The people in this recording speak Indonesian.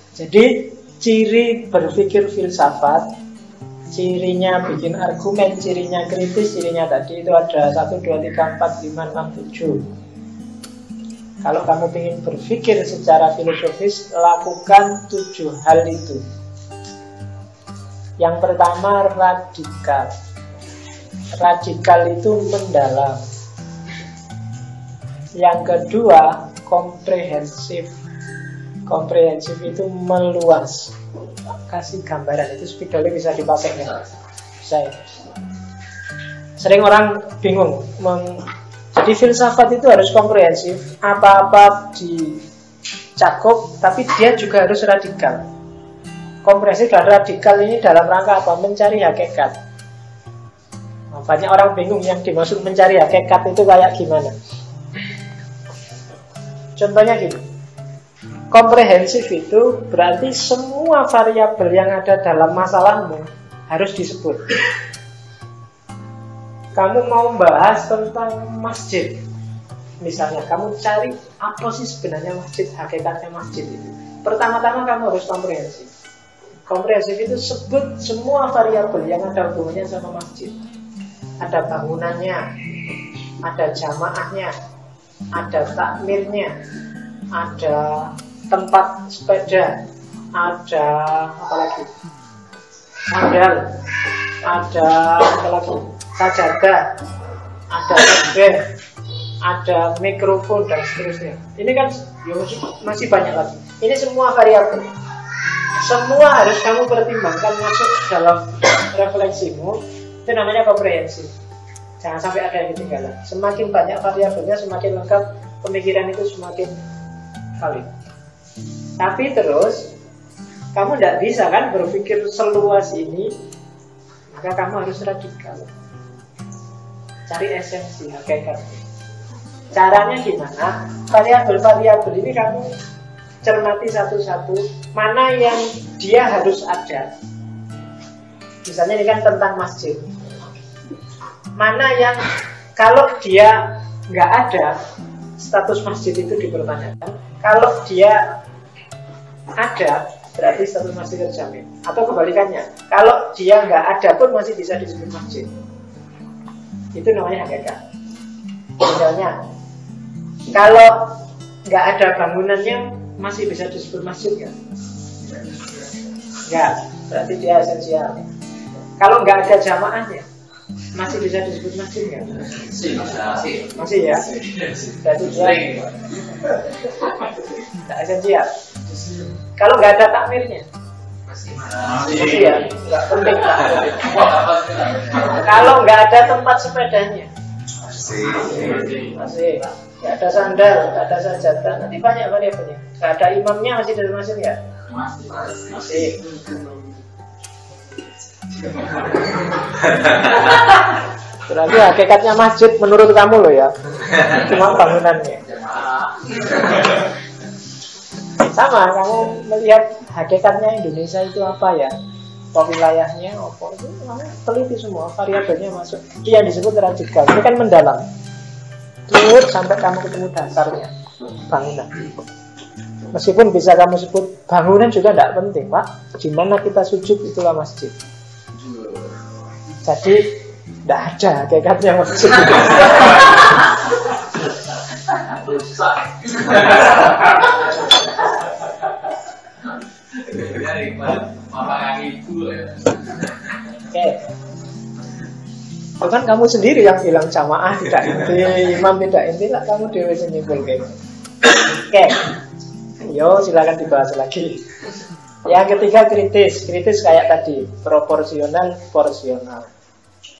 Jadi ciri berpikir filsafat, cirinya bikin argumen, cirinya kritis, cirinya tadi itu ada 1, 2, 3, 4, 5, 6, 7. Kalau kamu ingin berpikir secara filosofis, lakukan 7 hal itu. Yang pertama, radikal. Radikal itu mendalam. Yang kedua, komprehensif. Komprehensif itu meluas. Kasih gambaran, itu spidolnya bisa dipakai ya? Bisa ya? Sering orang bingung. Jadi filsafat itu harus komprehensif. Apa-apa dicakup, tapi dia juga harus radikal. Komprehensif dan radikal ini dalam rangka apa? Mencari hakikat. Nah, banyak orang bingung yang dimaksud mencari hakikat itu kayak gimana. Contohnya gini, komprehensif itu berarti semua variabel yang ada dalam masalahmu harus disebut. Kamu mau bahas tentang masjid, misalnya kamu cari apa sih sebenarnya masjid, hakikatnya masjid itu. Pertama-tama kamu harus komprehensif. Komprehensif itu sebut semua variabel yang ada hubungannya sama masjid. Ada bangunannya, ada jamaahnya, ada takmirnya, ada tempat sepeda, ada apa lagi? Modal, ada apa lagi? Sajadah, ada tabel, ada mikrofon dan seterusnya. Ini kan ya masih banyak lagi. Ini semua variabel. Semua harus kamu pertimbangkan masuk dalam refleksimu. Itu namanya komprehensif. Jangan sampai ada yang ketinggalan. Semakin banyak variabelnya, semakin lengkap pemikiran itu, semakin valid. Tapi terus kamu tidak bisa kan berpikir seluas ini, maka kamu harus radikal. Cari esensi hakikatnya. Caranya gimana? Variabel-variabel ini kamu cermati satu-satu, mana yang dia harus ada. Misalnya ini kan tentang masjid. Mana yang kalau dia nggak ada, status masjid itu dipertanyakan. Kalau dia ada, berarti status masjid terjamin. Atau kebalikannya, kalau dia nggak ada pun masih bisa disebut masjid. Itu namanya hakikat. Misalnya, kalau nggak ada bangunannya, masih bisa disebut masjid kan? Nggak, berarti dia esensial. Kalau nggak ada jamaahnya, masih bisa disebut masjid nggak? Masih ya? Berarti dia nggak esensial. Kalau nggak ada takmirnya, masih ya? Nggak penting lah. Kalau nggak ada tempat sepedanya, masih. Nggak ada sandal, nggak ada sajadah, nanti banyak variabelnya. Nggak ada imamnya, masih dalam masjid ya? Masih. Berarti hakikatnya masjid menurut kamu loh ya, cuma bangunannya. Sama, kamu melihat hakikatnya Indonesia itu apa ya? Apa wilayahnya, apa itu, kamu teliti semua, variabelnya masuk. Itu yang disebut radikal, ini kan mendalam. Terus sampai kamu ketemu dasarnya, bangunan. Meskipun bisa kamu sebut bangunan juga tidak penting, Pak. Di mana kita sujud itulah masjid. Jadi tidak ada hakikatnya masjid. Oke. Bukan kamu sendiri yang bilang jamaah tidak inti, imam tidak inti, lah kamu dewe nyimpul kayak. Oke. Yo, silakan dibahas lagi. Yang ketiga kritis. Kritis kayak tadi, proporsional, porsional.